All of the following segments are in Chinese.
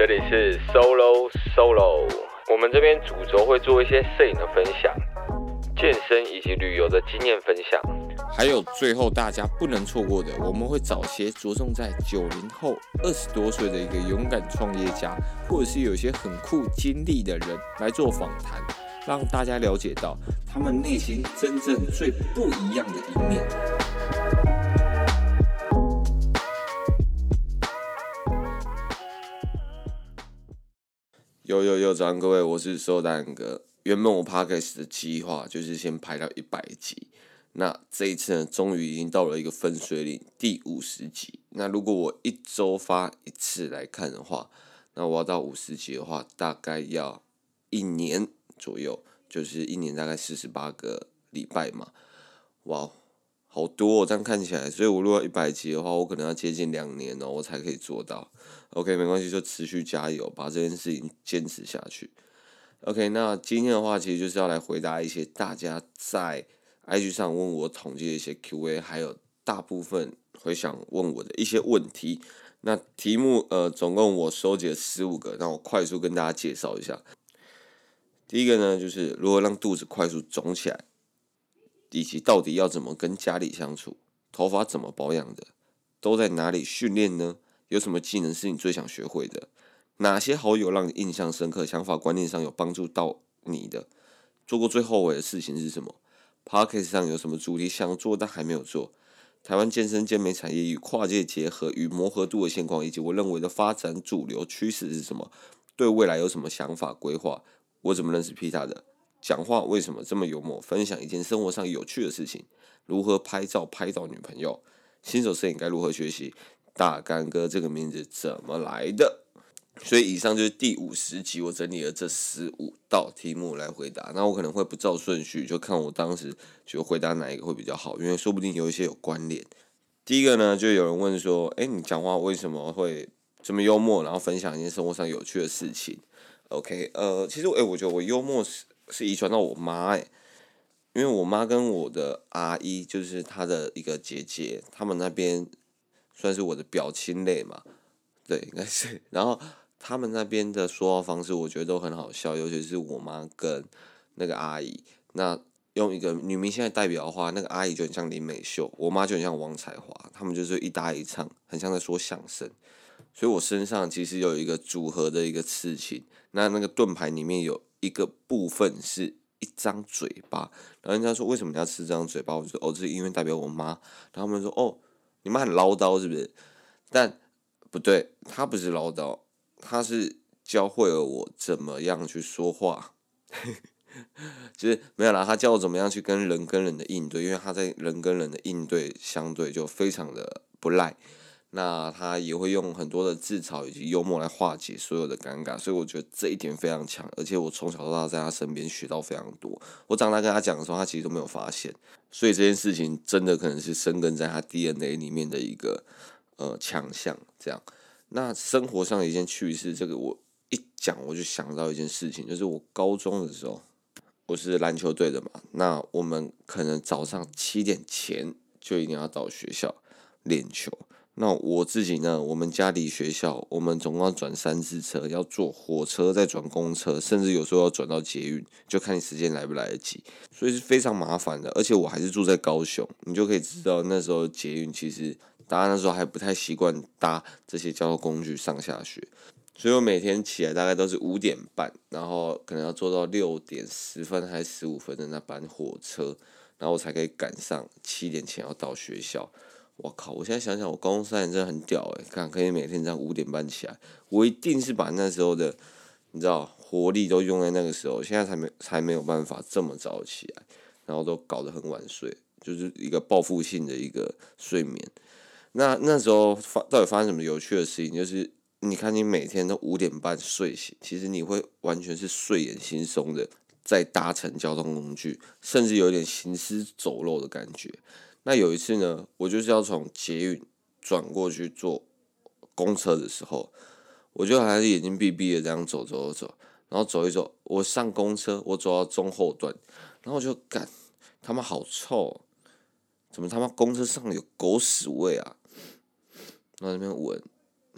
里是 Solo， 我们这边主轴会做一些摄影的分享、健身以及旅游的经验分享， 还有最后大家不能错过的，我们会找些着重在90后、20多岁的一个勇敢创业家，或者是有些很酷经历的人来做访谈，让大家了解到他们内心真正最不一样的一面。有，早上各位，我是收单哥。原本我 Podcast 的计划就是先排到100集，那这一次呢，终于已经到了一个分水岭，第50集。那如果我1周发1次来看的话，那我要到50集的话，大概要1年左右，就是1年大概48个礼拜嘛。哇，好多哦，这样看起来，所以我如果100集的话，我可能要接近2年哦，我才可以做到。OK， 没关系，就持续加油，把这件事情坚持下去。OK， 那今天的话，其实就是要来回答一些大家在 IG 上问我统计的一些 QA， 还有大部分会想问我的一些问题。那题目总共我收集了15个，那我快速跟大家介绍一下。第一个呢，就是如何让肚子快速肿起来，以及到底要怎么跟家里相处，头发怎么保养的，都在哪里训练呢？有什么技能是你最想学会的？哪些好友让你印象深刻，想法观念上有帮助到你的？做过最后悔的事情是什么？ Podcast 上有什么主题想做但还没有做？台湾健身健美产业与跨界结合与磨合度的现况，以及我认为的发展主流趋势是什么？对未来有什么想法规划？我怎么认识 Peter 的？讲话为什么这么幽默？分享一件生活上有趣的事情，如何拍照拍到女朋友？新手摄影该如何学习？大干哥这个名字怎么来的？所以以上就是第50集我整理了这15道题目来回答。那我可能会不照顺序，就看我当时觉得回答哪一个会比较好，因为说不定有一些有关联。第一个呢，就有人问说，你讲话为什么会这么幽默，然后分享一件生活上有趣的事情 ？OK， 其实我觉得我幽默是遗传到我妈因为我妈跟我的阿姨，就是她的一个姐姐，他们那边算是我的表亲类嘛，对，应该是。然后他们那边的说话方式，我觉得都很好笑，尤其是我妈跟那个阿姨。那用一个女明星来代表的话，那个阿姨就很像林美秀，我妈就很像王彩华，他们就是一搭一唱，很像在说相声。所以我身上其实有一个组合的一个刺青，那个盾牌里面有一个部分是一张嘴巴，然后人家说为什么你要吃这张嘴巴？我说这是因为代表我妈。然后他们说你妈很唠叨是不是？但不对，她不是唠叨，她是教会了我怎么样去说话。就是没有啦，他教我怎么样去跟人的应对，因为他在人跟人的应对相对就非常的不赖。那他也会用很多的自嘲以及幽默来化解所有的尴尬，所以我觉得这一点非常强，而且我从小到大在他身边学到非常多。我长大跟他讲的时候，他其实都没有发现，所以这件事情真的可能是生根在他 DNA 里面的一个强项。这样，那生活上的一件趣事，这个我一讲我就想到一件事情，就是我高中的时候，我是篮球队的嘛，那我们可能早上7点前就一定要到学校练球。那我自己呢，我们家离学校，我们总共要转3次车，要坐火车再转公车，甚至有时候要转到捷运，就看你时间来不来得及，所以是非常麻烦的。而且我还是住在高雄，你就可以知道那时候捷运其实大家那时候还不太习惯搭这些交通工具上下学，所以我每天起来大概都是5点半，然后可能要坐到6点10分还是15分的那班火车，然后我才可以赶上7点前要到学校。我靠！我现在想想，我高中3年真的很屌可以每天这样5点半起来，我一定是把那时候的你知道活力都用在那个时候，现在才没有办法这么早起来，然后都搞得很晚睡，就是一个报复性的一个睡眠。那时候到底发生什么有趣的事情？就是你看你每天都5点半睡醒，其实你会完全是睡眼惺忪的在搭乘交通工具，甚至有点行尸走肉的感觉。那有一次呢，我就是要从捷运转过去坐公车的时候，我就还是眼睛闭闭的这样走，然后走一走，我上公车，我走到中后段，然后我就他妈好臭怎么他妈公车上有狗屎味啊？然后那边闻，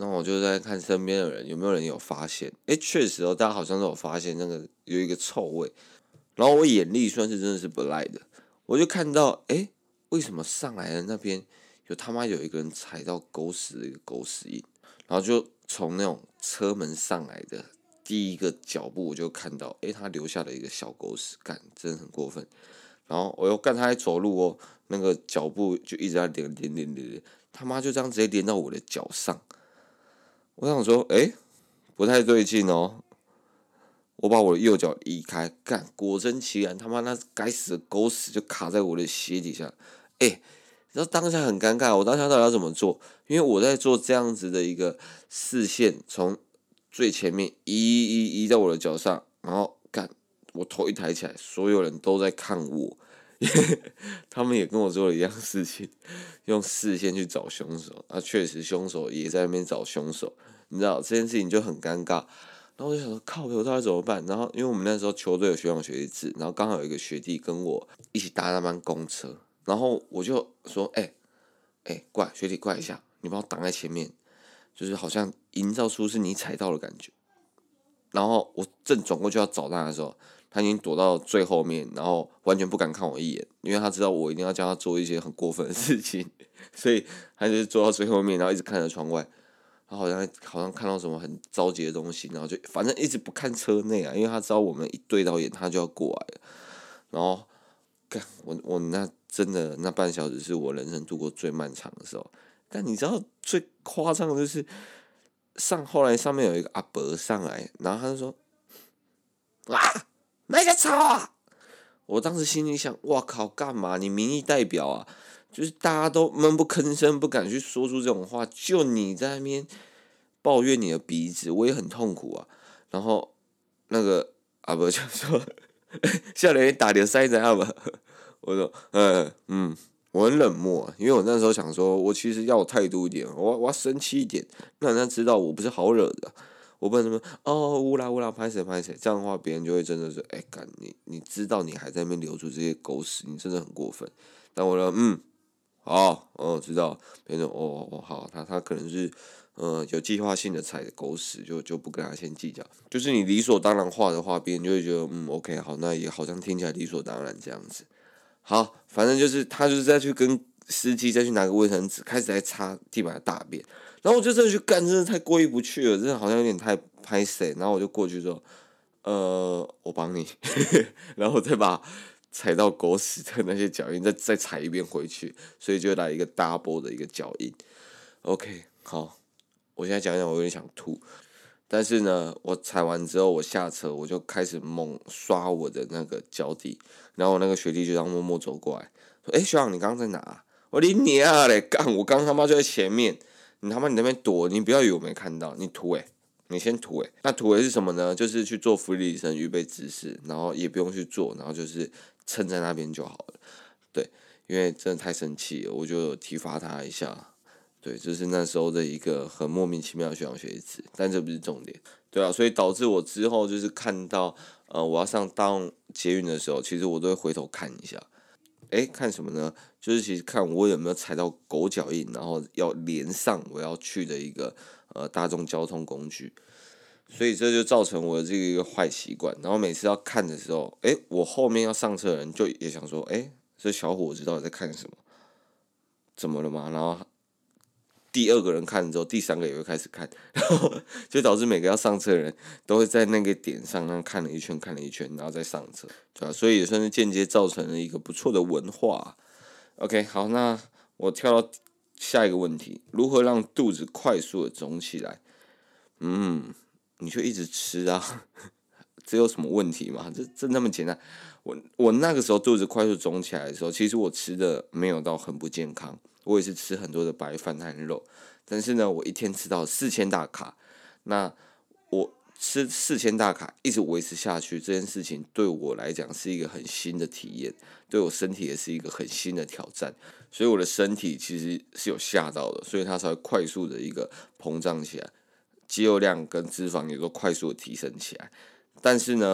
然后我就在看身边的人有没有人有发现，确实大家好像都有发现那个有一个臭味。然后我眼力算是真的是不赖的，我就看到，为什么上来的那边他妈有一个人踩到狗屎的一个狗屎印，然后就从那种车门上来的第一个脚步，我就看到，他留下了一个小狗屎，干，真的很过分。然后我又看他在走路那个脚步就一直在连，他妈就这样直接连到我的脚上。我想说，不太对劲哦。我把我的右脚移开，干，果真其然，他妈那该死的狗屎就卡在我的鞋底下。你知道当下很尴尬，我当下到底要怎么做？因为我在做这样子的一个视线，从最前面移到我的脚上，然后干，我头一抬起来，所有人都在看我，他们也跟我做了一样事情，用视线去找凶手。确实凶手也在那边找凶手，你知道这件事情就很尴尬。然后我就想说，靠，我到底怎么办？然后因为我们那时候球队有学长学弟制，然后刚好有一个学弟跟我一起搭那班公车，然后我就说，过来，学弟过来一下，你帮我挡在前面，就是好像营造出是你踩到的感觉。然后我正转过去要找他的时候，他已经躲到最后面，然后完全不敢看我一眼，因为他知道我一定要叫他做一些很过分的事情，所以他就坐到最后面，然后一直看着窗外。他好像看到什么很着急的东西，然后就反正一直不看车内啊，因为他知道我们一对到眼，他就要过来了。然后，干我那真的那半小时是我人生度过最漫长的时候。但你知道最夸张的就是后来上面有一个阿伯上来，然后他就说：“啊，那个吵啊！”我当时心里想：“哇靠，干嘛？你民意代表啊？”就是大家都闷不吭声，不敢去说出这种话，就你在那边抱怨你的鼻子，我也很痛苦啊。然后那个阿伯就说：“笑脸打点塞在阿伯。”我说：“我很冷漠啊，因为我那时候想说，我其实要有态度一点，我要生气一点，让人家知道我不是好惹的。我不能什么乌拉拍谁，这样的话别人就会真的是干你知道你还在那边流出这些狗屎，你真的很过分。但我说好，知道。别人说好，他可能是有计划性的踩狗屎，就不跟他先计较。就是你理所当然话的话，别人就会觉得OK 好，那也好像听起来理所当然这样子。好，反正就是他就是再去跟司机再去拿个卫生纸，开始在擦地板的大便。然后我就真的去干，真的太过意不去了，真的好像有点太拍谁。然后我就过去说，我帮你，然后我再把踩到狗屎的那些脚印再踩一遍回去，所以就来一个 double 的一个脚印。OK， 好，我现在讲我有点想吐。但是呢，我踩完之后，我下车，我就开始猛刷我的那个脚底，然后我那个学弟就这样默默走过来，说：“学长，你刚刚在哪啊？”我说：“你娘嘞，干！我刚他妈就在前面，你他妈你那边躲，你不要以为我没看到，你吐你先吐那吐是什么呢？就是去做伏地挺身预备姿势，然后也不用去做，然后就是撑在那边就好了。对，因为真的太生气了，我就体罚他一下。”对，这是那时候的一个很莫名其妙的学长学弟制，但这不是重点，对啊，所以导致我之后就是看到我要上大众捷运的时候，其实我都会回头看一下，看什么呢？就是其实看我有没有踩到狗脚印，然后要连上我要去的一个大众交通工具，所以这就造成我的这个一个坏习惯。然后每次要看的时候，我后面要上车的人就也想说，这小伙子到底在看什么？怎么了嘛？然后第二个人看了之后，第三个也会开始看，然后就导致每个要上车的人都会在那个点上那看了一圈，然后再上车，对吧？所以也算是间接造成了一个不错的文化。OK， 好，那我跳到下一个问题：如何让肚子快速的肿起来？你就一直吃啊，这有什么问题吗？这那么简单。我那个时候肚子快速肿起来的时候，其实我吃的没有到很不健康。我也是吃很多的白饭和肉，但是呢，我一天吃到4000大卡，那我吃4000大卡一直维持下去，这件事情对我来讲是一个很新的体验，对我身体也是一个很新的挑战，所以我的身体其实是有吓到的，所以它才会快速的一个膨胀起来，肌肉量跟脂肪也都快速的提升起来。但是呢，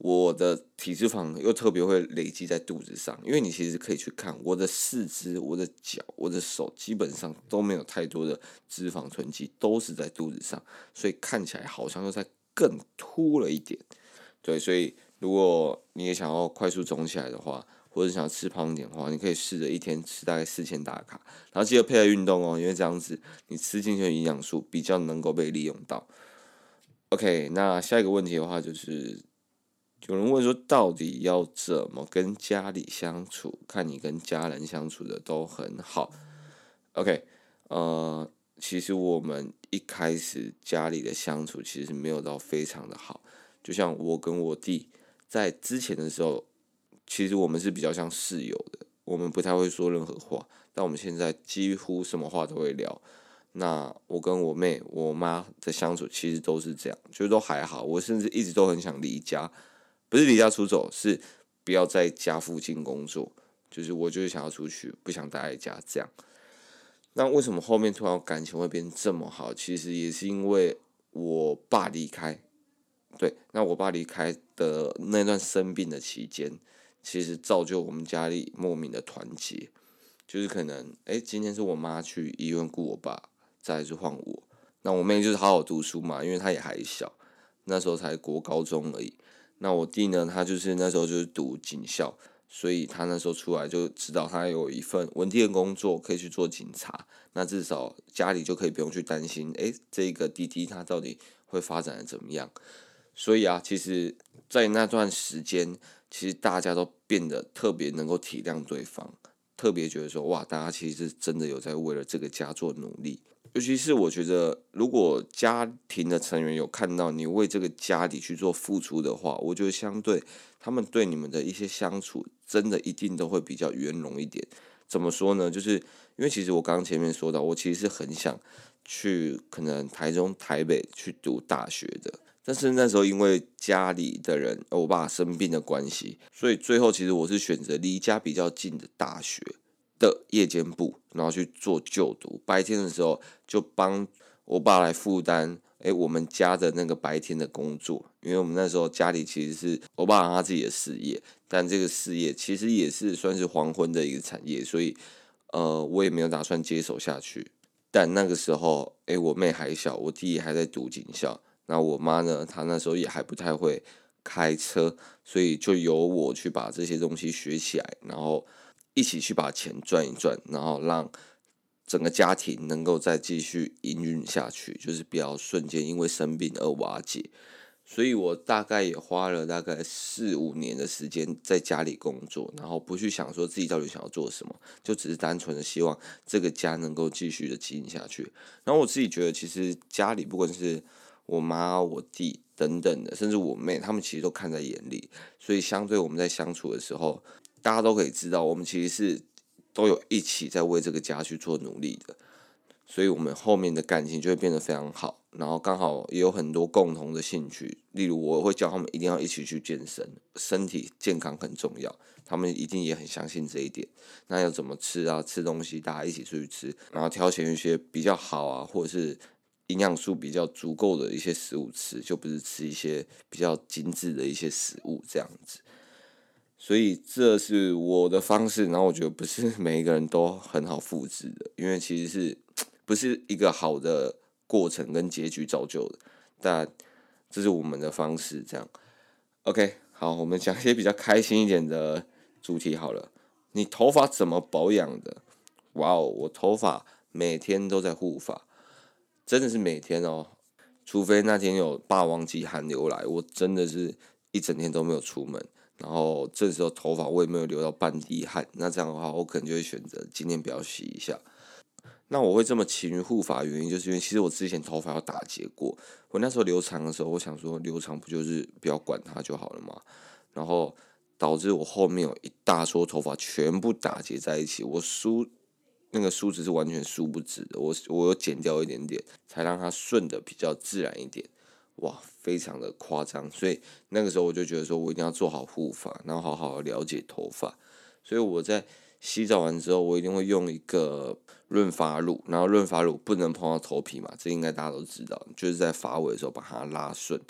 我的体脂肪又特别会累积在肚子上，因为你其实可以去看我的四肢、我的脚、我的手，基本上都没有太多的脂肪囤积，都是在肚子上，所以看起来好像又在更凸了一点。对，所以如果你也想要快速肿起来的话，或者想要吃胖一点的话，你可以试着一天吃大概4000大卡，然后记得配合运动哦，因为这样子你吃进去的营养素比较能够被利用到。OK，那下一个问题的话就是，有人问说，到底要怎么跟家里相处？看你跟家人相处的都很好。OK，其实我们一开始家里的相处其实没有到非常的好，就像我跟我弟在之前的时候，其实我们是比较像室友的，我们不太会说任何话，但我们现在几乎什么话都会聊。那我跟我妹、我妈的相处其实都是这样，就都还好。我甚至一直都很想离家，不是离家出走，是不要在家附近工作。就是我就是想要出去，不想待在家这样。那为什么后面突然感情会变这么好？其实也是因为我爸离开。对，那我爸离开的那段生病的期间，其实造就我们家里莫名的团结。就是可能，今天是我妈去医院顾我爸，再来是换我。那我妹就是好好读书嘛，因为她也还小，那时候才国高中而已。那我弟呢，他就是那时候就是读警校，所以他那时候出来就知道他有一份稳定的工作，可以去做警察。那至少家里就可以不用去担心，这个弟弟他到底会发展的怎么样。所以啊，其实，在那段时间，其实大家都变得特别能够体谅对方，特别觉得说，哇，大家其实是真的有在为了这个家做努力。尤其是我觉得，如果家庭的成员有看到你为这个家里去做付出的话，我觉得相对他们对你们的一些相处，真的一定都会比较圆融一点。怎么说呢？就是因为其实我刚刚前面说到，我其实是很想去可能台中、台北去读大学的。但是那时候因为家里的人，我爸生病的关系，所以最后其实我是选择离家比较近的大学的夜间部，然后去做就读。白天的时候就帮我爸来负担，我们家的那个白天的工作。因为我们那时候家里其实是我爸他自己的事业，但这个事业其实也是算是黄昏的一个产业，所以我也没有打算接手下去。但那个时候，我妹还小，我弟还在读警校。那我妈呢，她那时候也还不太会开车，所以就由我去把这些东西学起来，然后一起去把钱赚一赚，然后让整个家庭能够再继续营运下去，就是不要瞬间因为生病而瓦解。所以我大概也花了大概4-5年的时间在家里工作，然后不去想说自己到底想要做什么，就只是单纯的希望这个家能够继续的经营下去。然后我自己觉得，其实家里不管是我妈、我弟等等的，甚至我妹，他们其实都看在眼里，所以相对我们在相处的时候，大家都可以知道，我们其实是都有一起在为这个家去做努力的。所以我们后面的感情就会变得非常好，然后刚好也有很多共同的兴趣，例如我会教他们一定要一起去健身，身体健康很重要，他们一定也很相信这一点。那要怎么吃啊？吃东西大家一起出去吃，然后挑选一些比较好啊，或者是营养素比较足够的一些食物吃，就不是吃一些比较精致的一些食物这样子。所以这是我的方式，然后我觉得不是每一个人都很好复制的，因为其实是不是一个好的过程跟结局造就的，但这是我们的方式，这样。OK，好，我们讲一些比较开心一点的主题好了。你头发怎么保养的？哇哦，我头发每天都在护发，真的是每天哦，除非那天有霸王级寒流来，我真的是一整天都没有出门。然后这时候头发我也没有流到半滴汗，那这样的话我可能就会选择今天不要洗一下。那我会这么勤于护发的原因，就是因为其实我之前头发要打结过，我那时候留长的时候，我想说留长不就是不要管它就好了嘛，然后导致我后面有一大撮头发全部打结在一起，我梳那个梳子是完全梳不直的，我有剪掉一点点，才让它顺的比较自然一点。哇，非常的夸张，所以那个时候我就觉得说我一定要做好护发，然后好好了解头发，所以我在洗澡完之后，我一定会用一个润发乳，然后润发乳不能碰到头皮嘛，这应该大家都知道，就是在发尾的时候把它拉顺，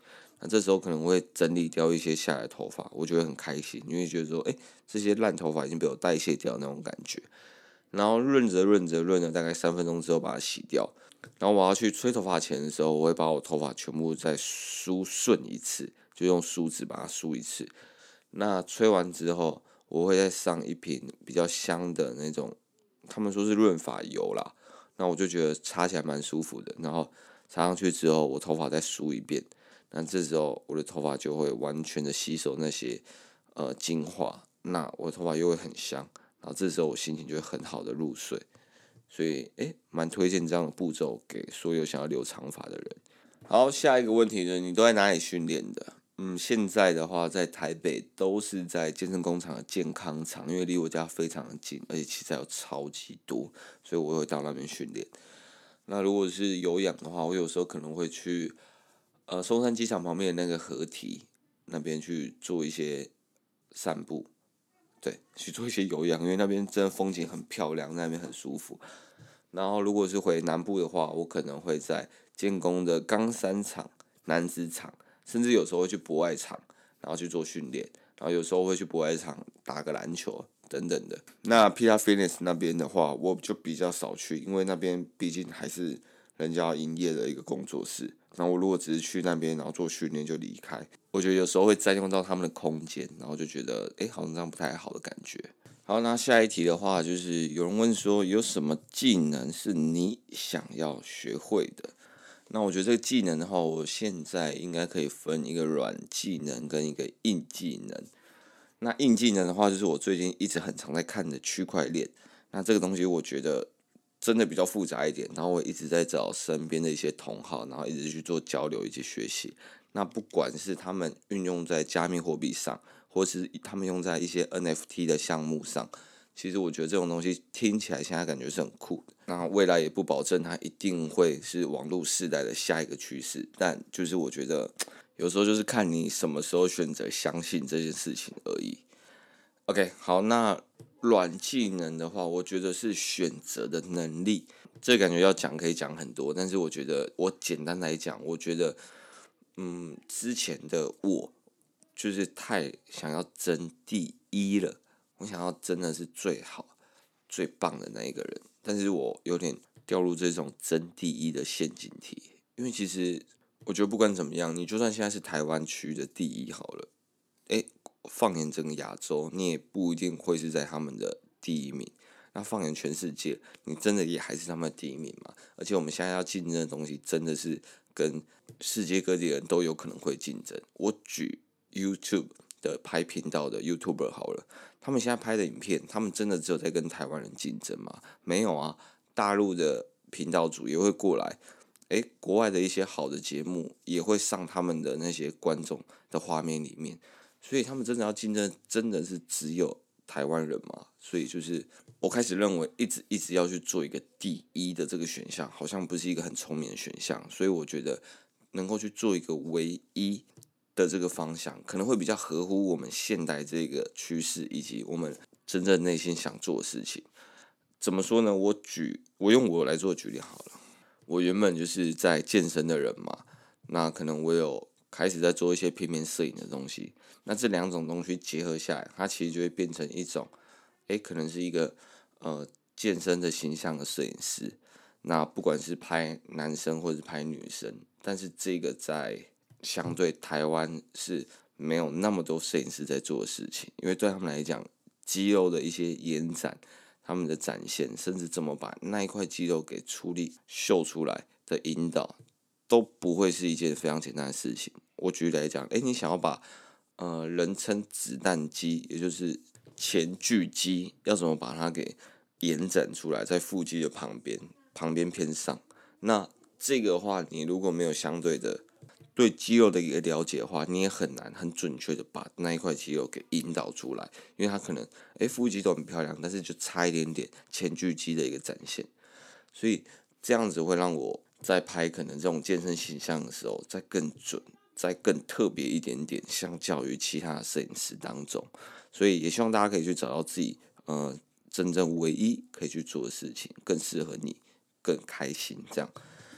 那这时候可能会整理掉一些下来的头发，我觉得很开心，因为觉得说，这些烂头发已经被我代谢掉那种感觉。然后润了大概3分钟之后把它洗掉。然后我要去吹头发前的时候，我会把我头发全部再梳顺一次，就用梳子把它梳一次。那吹完之后，我会再上一瓶比较香的那种，他们说是润发油啦。那我就觉得擦起来蛮舒服的。然后擦上去之后，我头发再梳一遍。那这时候我的头发就会完全的吸收那些精华，那我的头发又会很香。然后这时候我心情就会很好的入睡。所以蛮推荐这样的步骤给所有想要留长发的人。好，下一个问题呢，你都在哪里训练的？现在的话在台北都是在健身工厂的健康场，因为离我家非常的近，而且器材有超级多，所以我会到那边训练。那如果是有氧的话，我有时候可能会去松山机场旁边的那个河堤那边去做一些散步。对，去做一些有氧，因为那边真的风景很漂亮，那边很舒服。然后如果是回南部的话，我可能会在建工的冈山场、男子场，甚至有时候会去博爱场，然后去做训练。然后有时候会去博爱场打个篮球等等的。那 Pita Fitness 那边的话，我就比较少去，因为那边毕竟还是人家营业的一个工作室。然后我如果只是去那边，然后做训练就离开，我觉得有时候会占用到他们的空间，然后就觉得好像这样不太好的感觉。好，那下一题的话，就是有人问说，有什么技能是你想要学会的？那我觉得这个技能的话，我现在应该可以分一个软技能跟一个硬技能。那硬技能的话，就是我最近一直很常在看的区块链。那这个东西我觉得真的比较复杂一点，然后我一直在找身边的一些同好，然后一直去做交流以及学习。那不管是他们运用在加密货币上，或是他们用在一些 NFT 的项目上，其实我觉得这种东西听起来现在感觉是很酷的。那未来也不保证它一定会是网络世代的下一个趋势，但就是我觉得有时候就是看你什么时候选择相信这件事情而已。OK， 好，那软技能的话，我觉得是选择的能力。这感觉要讲可以讲很多，但是我觉得我简单来讲，我觉得之前的我就是太想要争第一了，我想要真的是最好、最棒的那一个人，但是我有点掉入这种争第一的陷阱题，因为其实我觉得不管怎么样，你就算现在是台湾区的第一好了，放眼整个亚洲，你也不一定会是在他们的第一名。那放眼全世界，你真的也还是他们的第一名嘛？而且我们现在要竞争的东西，真的是跟世界各地的人都有可能会竞争。我举 YouTube 的拍频道的 YouTuber 好了，他们现在拍的影片，他们真的只有在跟台湾人竞争吗？没有啊，大陆的频道主也会过来，国外的一些好的节目也会上他们的那些观众的画面里面。所以他们真的要竞争，真的是只有台湾人嘛？所以就是我开始认为，一直要去做一个第一的这个选项，好像不是一个很聪明的选项。所以我觉得能够去做一个唯一的这个方向，可能会比较合乎我们现代这个趋势，以及我们真正内心想做的事情。怎么说呢？我用我来做举例好了。我原本就是在健身的人嘛，那可能我有开始在做一些平面摄影的东西。那这两种东西结合下来，它其实就会变成一种，可能是一个健身的形象的摄影师。那不管是拍男生或者是拍女生，但是这个在相对台湾是没有那么多摄影师在做的事情，因为对他们来讲，肌肉的一些延展、他们的展现，甚至怎么把那一块肌肉给出力秀出来的引导，都不会是一件非常简单的事情。我举例来讲，你想要把人称子弹肌，也就是前锯肌，要怎么把它给延展出来，在腹肌的旁边偏上。那这个的话，你如果没有相对的对肌肉的一个了解的话，你也很难很准确的把那一块肌肉给引导出来，因为它可能腹肌都很漂亮，但是就差一点点前锯肌的一个展现。所以这样子会让我在拍可能这种健身形象的时候，再更准。再更特别一点点，相较于其他的摄影师当中，所以也希望大家可以去找到自己真正唯一可以去做的事情，更适合你，更开心这样。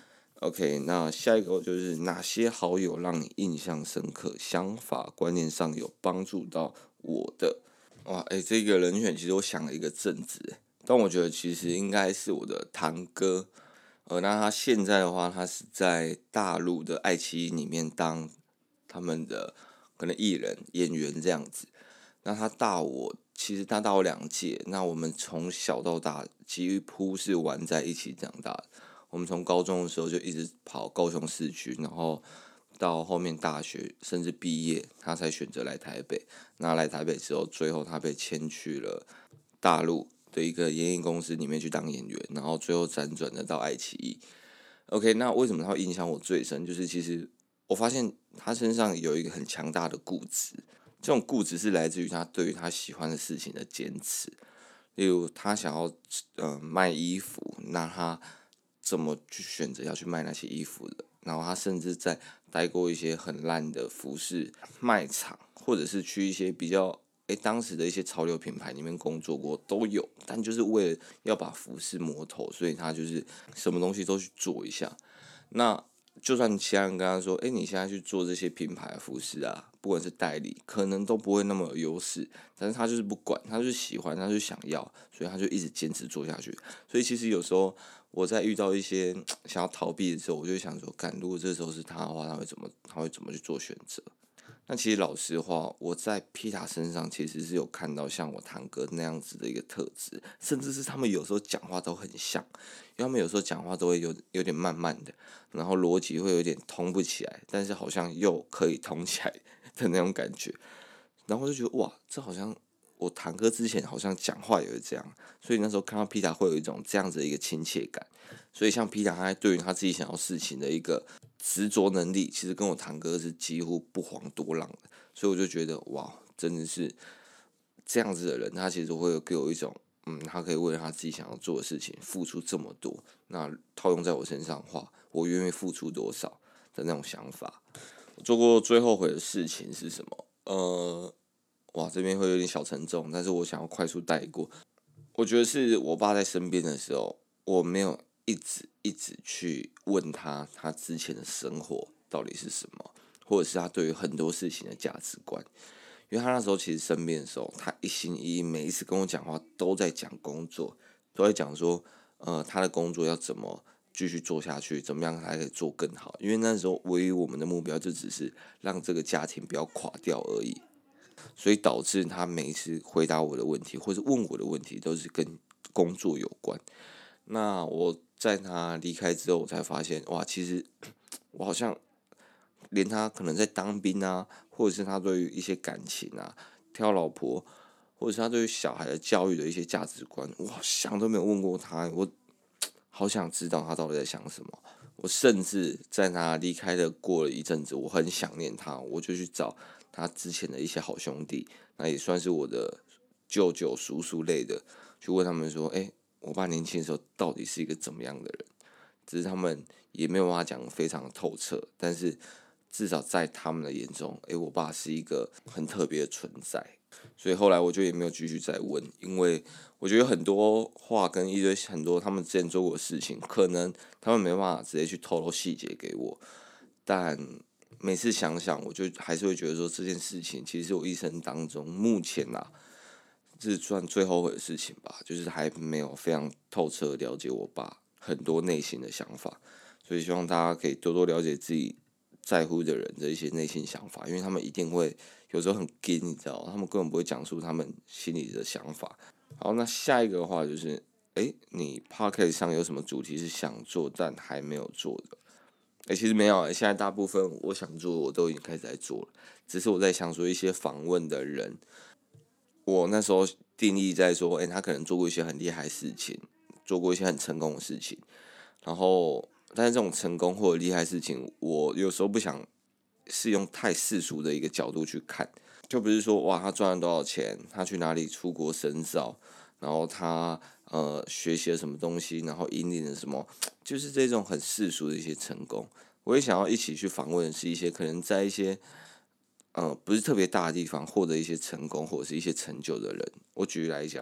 OK，那下一个就是哪些好友让你印象深刻，想法观念上有帮助到我的？哇，这个人选其实我想了一个阵子，但我觉得其实应该是我的堂哥。那他现在的话，他是在大陆的爱奇艺里面当他们的可能艺人、演员这样子。那其实他大我2届。那我们从小到大几乎是玩在一起长大的。我们从高中的时候就一直跑高雄市区，然后到后面大学甚至毕业，他才选择来台北。那来台北之后，最后他被签去了大陆的一个演艺公司里面去当演员，然后最后辗转的到爱奇艺。OK， 那为什么他会影响我最深？就是其实我发现他身上有一个很强大的固执，这种固执是来自于他对于他喜欢的事情的坚持。例如他想要卖衣服，那他怎么去选择要去卖那些衣服的？然后他甚至在待过一些很烂的服饰卖场，或者是去一些比较当时的一些潮流品牌里面工作过都有，但就是为了要把服饰摸透，所以他就是什么东西都去做一下。那就算其他人跟他说，你现在去做这些品牌的服饰啊，不管是代理，可能都不会那么有优势，但是他就是不管，他就是喜欢，他就想要，所以他就一直坚持做下去。所以其实有时候我在遇到一些想要逃避的时候，我就想说，如果这时候是他的话，他会怎么去做选择？那其实老实话，我在皮塔身上其实是有看到像我堂哥那样子的一个特质，甚至是他们有时候讲话都很像，因为他们有时候讲话都会有点慢慢的，然后逻辑会有点通不起来，但是好像又可以通起来的那种感觉，然后就觉得哇，这好像我堂哥之前好像讲话也会这样，所以那时候看到皮塔会有一种这样子的一个亲切感，所以像皮塔他对于他自己想要事情的一个执着能力，其实跟我堂哥是几乎不遑多让的，所以我就觉得哇，真的是这样子的人，他其实会给我一种，他可以为了他自己想要做的事情付出这么多，那套用在我身上的话，我愿意付出多少的那种想法。我做过最后悔的事情是什么？哇，这边会有点小沉重，但是我想要快速带过。我觉得是我爸在身边的时候，我没有一直去问他之前的生活到底是什么，或者是他对于很多事情的价值观。因为他那时候其实身边的时候，他一心一意，每一次跟我讲话都在讲工作，都在讲说，他的工作要怎么继续做下去，怎么样才可以做更好。因为那时候唯一我们的目标就只是让这个家庭不要垮掉而已。所以导致他每一次回答我的问题或者问我的问题都是跟工作有关。那我在他离开之后，我才发现哇，其实我好像连他可能在当兵啊，或者是他对于一些感情啊、挑老婆，或者是他对于小孩的教育的一些价值观，我想都没有问过他。我好想知道他到底在想什么。我甚至在他离开的过了一阵子，我很想念他，我就去找他之前的一些好兄弟，那也算是我的舅舅、叔叔类的，去问他们说：我爸年轻的时候到底是一个怎么样的人？只是他们也没有办法讲非常透彻，但是至少在他们的眼中，我爸是一个很特别的存在。所以后来我就也没有继续再问，因为我觉得很多话跟很多他们之前做过的事情，可能他们没办法直接去透露细节给我，但每次想想，我就还是会觉得说这件事情其实是我一生当中目前是算最后悔的事情吧，就是还没有非常透彻的了解我爸很多内心的想法，所以希望大家可以多多了解自己在乎的人的一些内心想法，因为他们一定会有时候很硬，你知道，他们根本不会讲出他们心里的想法。好，那下一个的话就是，你 podcast 上有什么主题是想做但还没有做的？其实没有，现在大部分我想做我都已经开始在做了，只是我在想说一些访问的人，我那时候定义在说，他可能做过一些很厉害的事情，做过一些很成功的事情，然后但是这种成功或者厉害的事情，我有时候不想是用太世俗的一个角度去看，就不是说哇他赚了多少钱，他去哪里出国深造，然后他学习了什么东西，然后引领了什么，就是这种很世俗的一些成功。我也想要一起去访问的是一些可能在一些不是特别大的地方获得一些成功或者是一些成就的人。我举例来讲，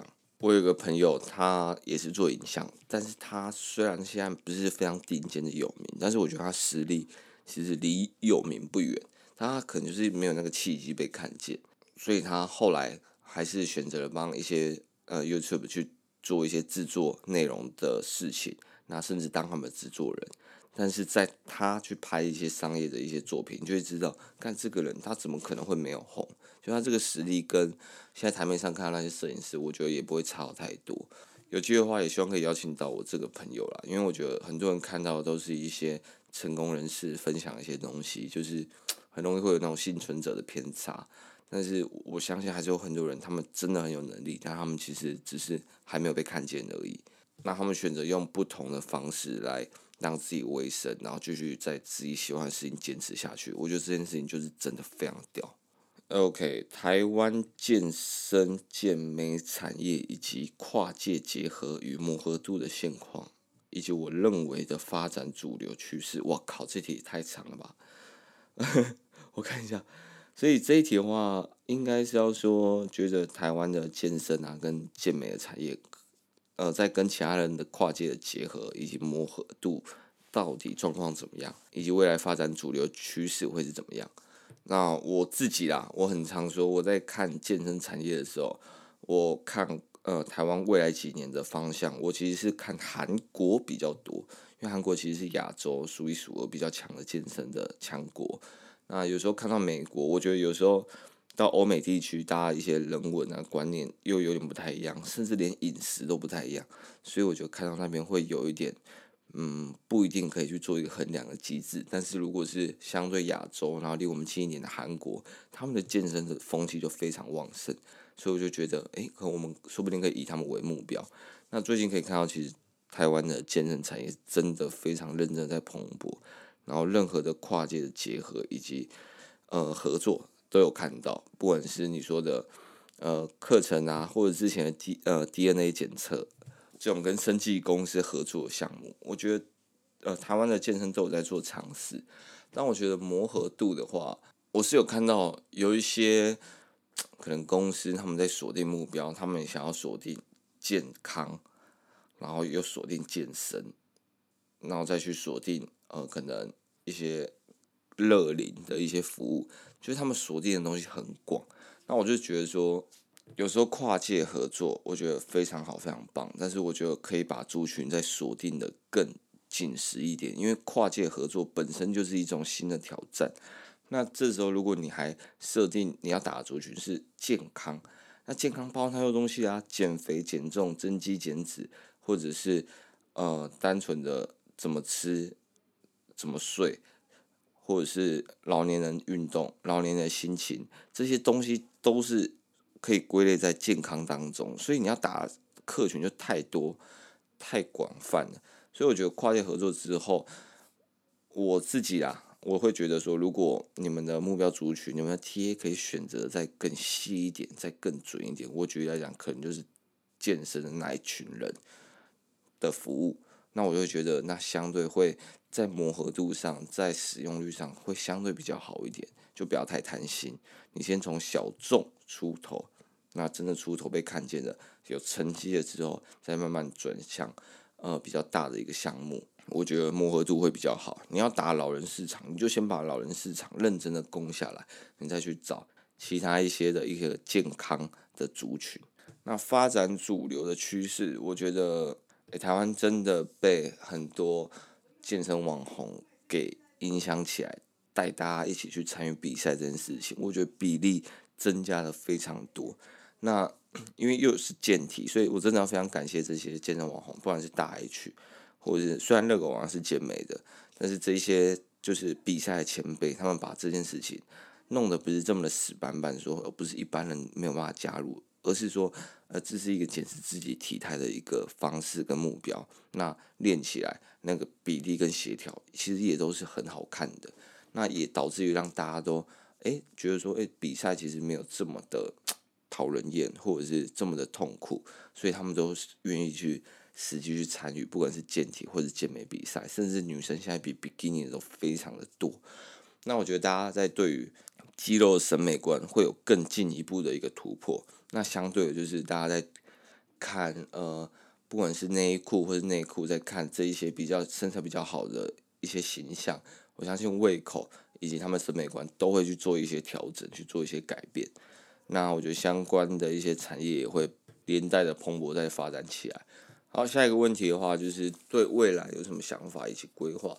我有个朋友，他也是做影像，但是他虽然现在不是非常顶尖的有名，但是我觉得他实力其实离有名不远，他可能就是没有那个契机被看见，所以他后来还是选择了帮一些YouTube 去做一些制作内容的事情，那甚至当他们的制作人。但是在他去拍一些商业的一些作品，你就会知道，看这个人他怎么可能会没有红？就他这个实力跟现在台面上看到那些摄影师，我觉得也不会差好太多。有机会的话，也希望可以邀请到我这个朋友啦，因为我觉得很多人看到的都是一些成功人士分享一些东西，就是很容易会有那种幸存者的偏差。但是我相信还是有很多人，他们真的很有能力，但他们其实只是还没有被看见而已。那他们选择用不同的方式来让自己维生，然后继续在自己喜欢的事情坚持下去。我觉得这件事情就是真的非常屌。OK，台湾健身健美产业以及跨界结合与磨合度的现况，以及我认为的发展主流趋势。哇靠，这题也太长了吧！我看一下，所以这一题的话，应该是要说，觉得台湾的健身啊跟健美的产业，在跟其他人的跨界的结合以及磨合度到底状况怎么样，以及未来发展主流趋势会是怎么样。那我自己啦，我很常说我在看健身产业的时候，我看台湾未来几年的方向，我其实是看韩国比较多，因为韩国其实是亚洲数一数二比较强的健身的强国。那有时候看到美国，我觉得有时候到欧美地区，大家一些人文啊观念又有点不太一样，甚至连饮食都不太一样，所以我觉得看到那边会有一点。不一定可以去做一个衡量的机制，但是如果是相对亚洲，然后离我们近一点的韩国，他们的健身的风气就非常旺盛，所以我就觉得，可能我们说不定可以以他们为目标。那最近可以看到，其实台湾的健身产业真的非常认真在蓬勃，然后任何的跨界的结合以及合作都有看到，不管是你说的课程啊，或者之前的DNA 检测。这种跟生技公司合作的项目，我觉得台湾的健身都有在做尝试，但我觉得磨合度的话，我是有看到有一些可能公司他们在锁定目标，他们想要锁定健康，然后又锁定健身，然后再去锁定可能一些乐龄的一些服务，就是他们锁定的东西很广，那我就觉得说。有时候跨界合作，我觉得非常好，非常棒。但是我觉得可以把族群再锁定的更紧实一点，因为跨界合作本身就是一种新的挑战。那这时候如果你还设定你要打的族群是健康，那健康包含太多东西啊，减肥、减重、增肌、减脂，或者是单纯的怎么吃、怎么睡，或者是老年人运动、老年人心情，这些东西都是。可以归类在健康当中，所以你要打客群就太多、太广泛了。所以我觉得跨界合作之后，我自己我会觉得说，如果你们的目标族群、你们的 TA 可以选择再更细一点、再更准一点，我举例来讲，可能就是健身的那一群人的服务，那我就觉得那相对会在磨合度上、在使用率上会相对比较好一点，就不要太贪心。你先从小众出头。那真的出头被看见的，有成绩了之后，再慢慢转向比较大的一个项目，我觉得磨合度会比较好。你要打老人市场，你就先把老人市场认真的攻下来，你再去找其他一些的一个健康的族群。那发展主流的趋势，我觉得台湾真的被很多健身网红给影响起来，带大家一起去参与比赛这件事情，我觉得比例增加了非常多。那因为又是健体，所以我真的要非常感谢这些健身网红，不管是大 H，或者是虽然热狗王是健美的，但是这些就是比赛的前辈，他们把这件事情弄得不是这么的死板板，说而不是一般人没有办法加入，而是说这是一个检视自己体态的一个方式跟目标。那练起来那个比例跟协调，其实也都是很好看的。那也导致于让大家都觉得说比赛其实没有这么的讨人厌，或者是这么的痛苦，所以他们都愿意去实际去参与，不管是健体或者健美比赛，甚至女生现在比比基尼的都非常的多。那我觉得大家在对于肌肉的审美观会有更进一步的一个突破。那相对的就是大家在看不管是内衣裤或是内裤，在看这一些比较身材比较好的一些形象，我相信胃口以及他们审美观都会去做一些调整，去做一些改变。那我觉得相关的一些产业也会连带的蓬勃再发展起来。好，下一个问题的话，就是对未来有什么想法以及规划？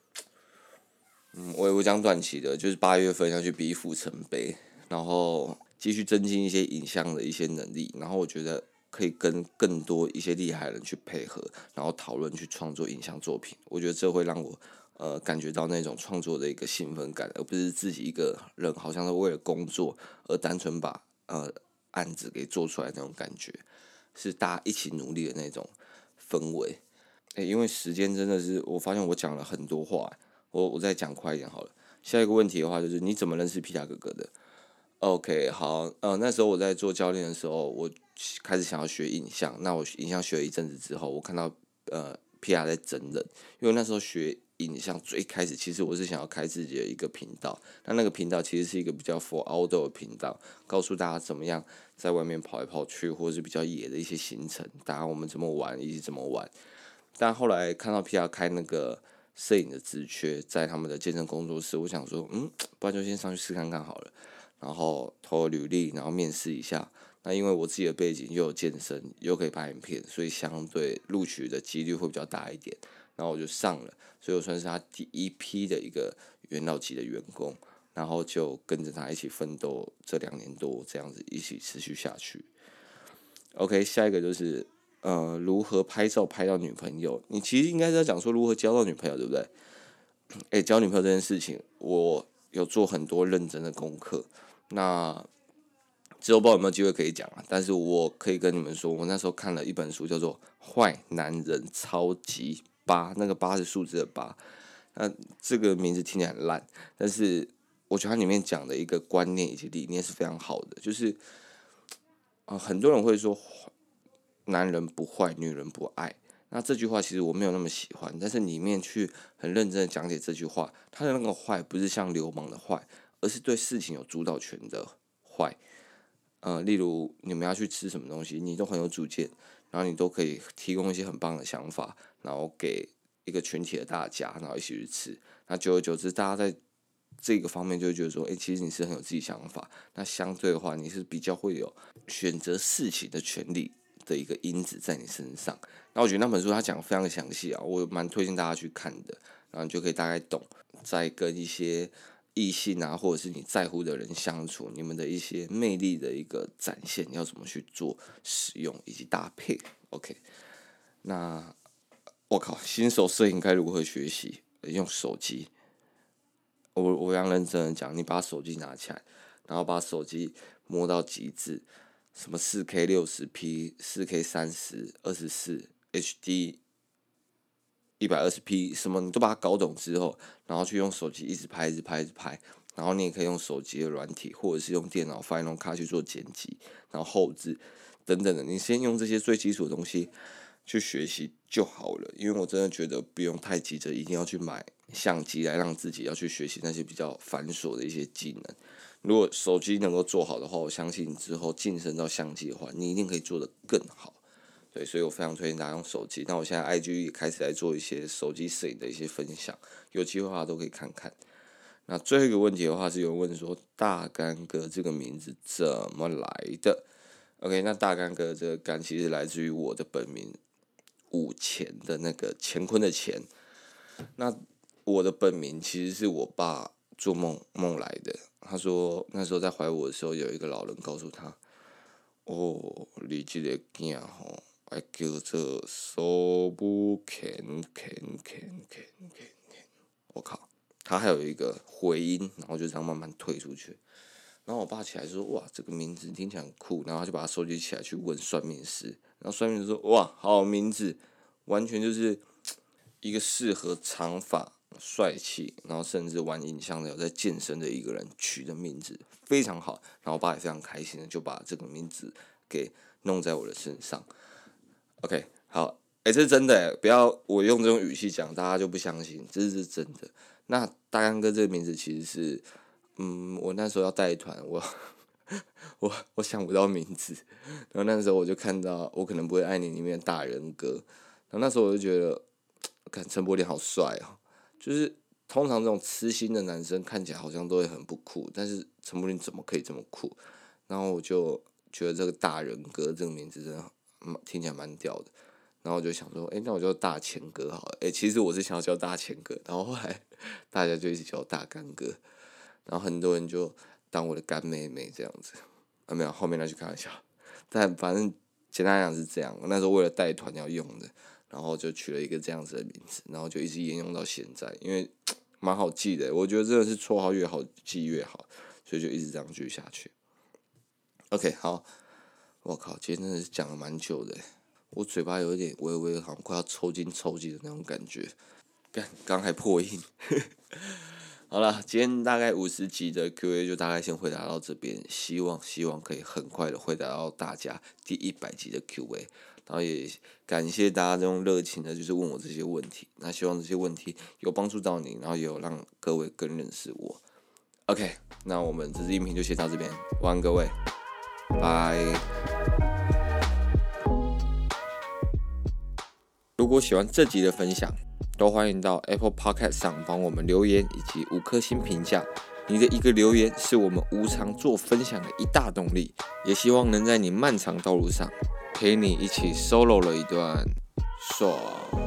我讲短期的，就是8月份要去比府城杯，然后继续增进一些影像的一些能力，然后我觉得可以跟更多一些厉害的人去配合，然后讨论去创作影像作品。我觉得这会让我感觉到那种创作的一个兴奋感，而不是自己一个人好像是为了工作而单纯把案子给做出来那种感觉，是大家一起努力的那种氛围。因为时间真的是，我发现我讲了很多话，我再讲快一点好了。下一个问题的话就是你怎么认识皮塔哥哥的？OK， 好，那时候我在做教练的时候，我开始想要学影像。那我影像学了一阵子之后，我看到皮塔在真人，因为那时候学影像最开始，其实我是想要开自己的一个频道。那个频道其实是一个比较 for outdoor 的频道，告诉大家怎么样在外面跑来跑去，或者是比较野的一些行程，大家我们怎么玩以及怎么玩。但后来看到 PR 开那个摄影的职缺，在他们的健身工作室，我想说，不然就先上去试看看好了。然后投了履历，然后面试一下。那因为我自己的背景又有健身，又可以拍影片，所以相对录取的几率会比较大一点。然后我就上了，所以我算是他第一批的一个元老级的员工。然后就跟着他一起奋斗这2年多，这样子一起持续下去。OK， 下一个就是如何拍照拍到女朋友？你其实应该在讲说如何交到女朋友，对不对？交女朋友这件事情，我有做很多认真的功课。那之后不知道有没有机会可以讲啊？但是我可以跟你们说，我那时候看了一本书，叫做《坏男人超级8》，那个8是数字的8。那这个名字听起来很烂，但是我觉得它里面讲的一个观念以及理念是非常好的，就是很多人会说男人不坏，女人不爱。那这句话其实我没有那么喜欢，但是里面去很认真的讲解这句话，他的那个坏不是像流氓的坏，而是对事情有主导权的坏。例如你们要去吃什么东西，你都很有主见，然后你都可以提供一些很棒的想法，然后给一个群体的大家，然后一起去吃。那久而久之，大家在这个方面就会觉得说，其实你是很有自己想法。那相对的话，你是比较会有选择事情的权利的一个因子在你身上。那我觉得那本书他讲得非常详细啊，我蛮推荐大家去看的，然后你就可以大概懂，在跟一些异性啊，或者是你在乎的人相处，你们的一些魅力的一个展现，要怎么去做使用以及搭配。OK， 那我靠，新手摄影该如何学习？用手机。我非常认真的讲，你把手机拿起来，然后把手机摸到极致，什么4K 60P、4K 30、24 HD 120P，什么你都把它搞懂之后，然后去用手机一直拍，一直拍，一直拍。然后你也可以用手机的软体，或者是用电脑 Final Cut 去做剪辑，然后后置等等的。你先用这些最基础的东西去学习就好了。因为我真的觉得不用太急着一定要去买相机来让自己要去学习那些比较繁琐的一些技能。如果手机能够做好的话，我相信你之后晋升到相机的话，你一定可以做得更好。对，所以我非常推荐大家用手机。那我现在 IG 也开始来做一些手机摄影的一些分享，有机会的话都可以看看。那最后一个问题的话，是有人问说大干哥这个名字怎么来的 ？OK， 那大干哥这个干其实来自于我的本名武乾的那个乾坤的乾。那我的本名其实是我爸做梦来的。他说那时候在怀我的时候，有一个老人告诉他：“哦，你这个囝吼，要叫做苏武乾。”我靠！他还有一个回音，然后就这样慢慢推出去。然后我爸起来就说：“哇，这个名字听起来很酷。”然后他就把它收集起来去问算命师。然后算命师说：“哇，好名字，完全就是一个适合长发、帅气，然后甚至玩影像的、有在健身的一个人取的名字，非常好。”然后我爸也非常开心的就把这个名字给弄在我的身上。OK， 好，这是真的，不要我用这种语气讲，大家就不相信，这是真的。那大干哥这个名字其实是，我那时候要带团， 我想不到名字。然后那时候我就看到《我可能不会爱你》里面的大人哥，然后那时候我就觉得，看陈柏霖好帅哦，就是通常这种痴心的男生看起来好像都会很不酷，但是陈柏霖怎么可以这么酷？然后我就觉得这个大人哥这个名字真的听起来蛮屌的。然后我就想说，那我叫大钱哥好了。其实我是想要叫大钱哥，然后后来大家就一直叫我大干哥，然后很多人就当我的干妹妹这样子。没有，后面那句开玩笑。但反正简单来讲是这样，我那时候为了带团要用的，然后就取了一个这样子的名字，然后就一直沿用到现在，因为蛮好记的。我觉得真的是绰号越好记越好，所以就一直这样继续下去。OK， 好，我靠，今天真的是讲了蛮久的，我嘴巴有一点微微好像快要抽筋的那种感觉，刚还破音。好了，今天大概50集的 Q&A 就大概先回答到这边，希望可以很快的回答到大家第100集的 Q&A， 然后也感谢大家这种热情的，就是问我这些问题，那希望这些问题有帮助到你，然后也有让各位更认识我。OK， 那我们这支音频就先到这边，晚安各位，拜。如果喜欢这集的分享，都欢迎到 Apple Podcast 上帮我们留言以及5颗星评价。你的一个留言是我们无偿做分享的一大动力，也希望能在你漫长道路上陪你一起 solo 了一段爽。